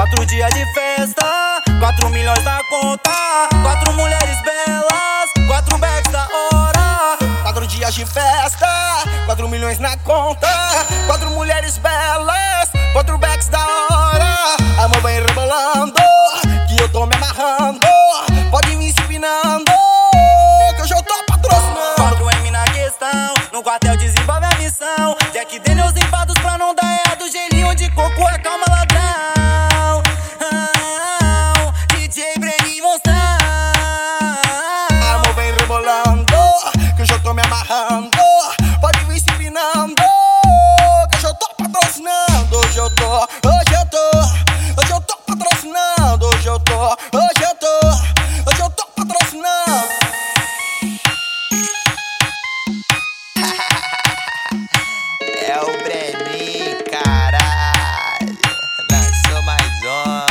4 dias de festa, 4 milhões na conta, 4 mulheres belas, 4 bags da hora. 4 dias de festa, 4 milhões na conta, 4 mulheres belas, 4 bags da hora. Amor vem rebolando, que eu tô me amarrando. Pode me empinando, que hoje eu tô patrocinando. 4M na questão, no quartel desenvolve a missão. Jack Daniels limpados pra não dar errado. Gelinho de coco, acalma ladrão. DJ Breninho Monstrão. Amor vem rebolando, que hoje eu tô me amarrando. Pode vir se empinando, que hoje eu tô patrocinando. Hoje eu tô patrocinando. Hoje eu tô patrocinando. É o Breninho, caralho. Lançou mais um.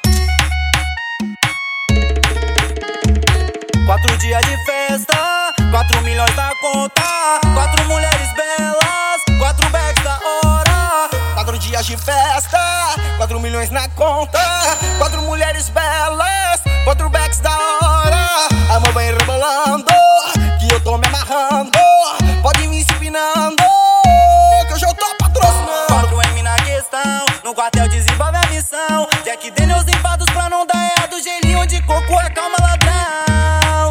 4 dias de festa, 4 milhões na conta, 4 mulheres belas, 4 bags da hora. 4 dias de festa, 4 milhões na conta, 4 mulheres belas, 4 bags da hora. Amor vem rebolando, que eu tô me amarrando. Pode me empinando, que hoje eu tô patrocinando. 4M na questão, no quartel desenvolve a missão. Jack Daniels limpados pra não dar errado. Gelinho de coco, acalma ladrão.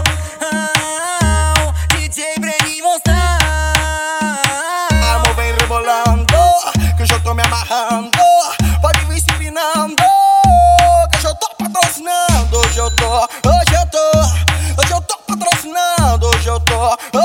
DJ Breninho Monstrão. Amor vem rebolando, que hoje eu tô me amarrando. Pode vir se empinando, que hoje eu tô patrocinando. Hoje eu tô patrocinando. Hoje eu tô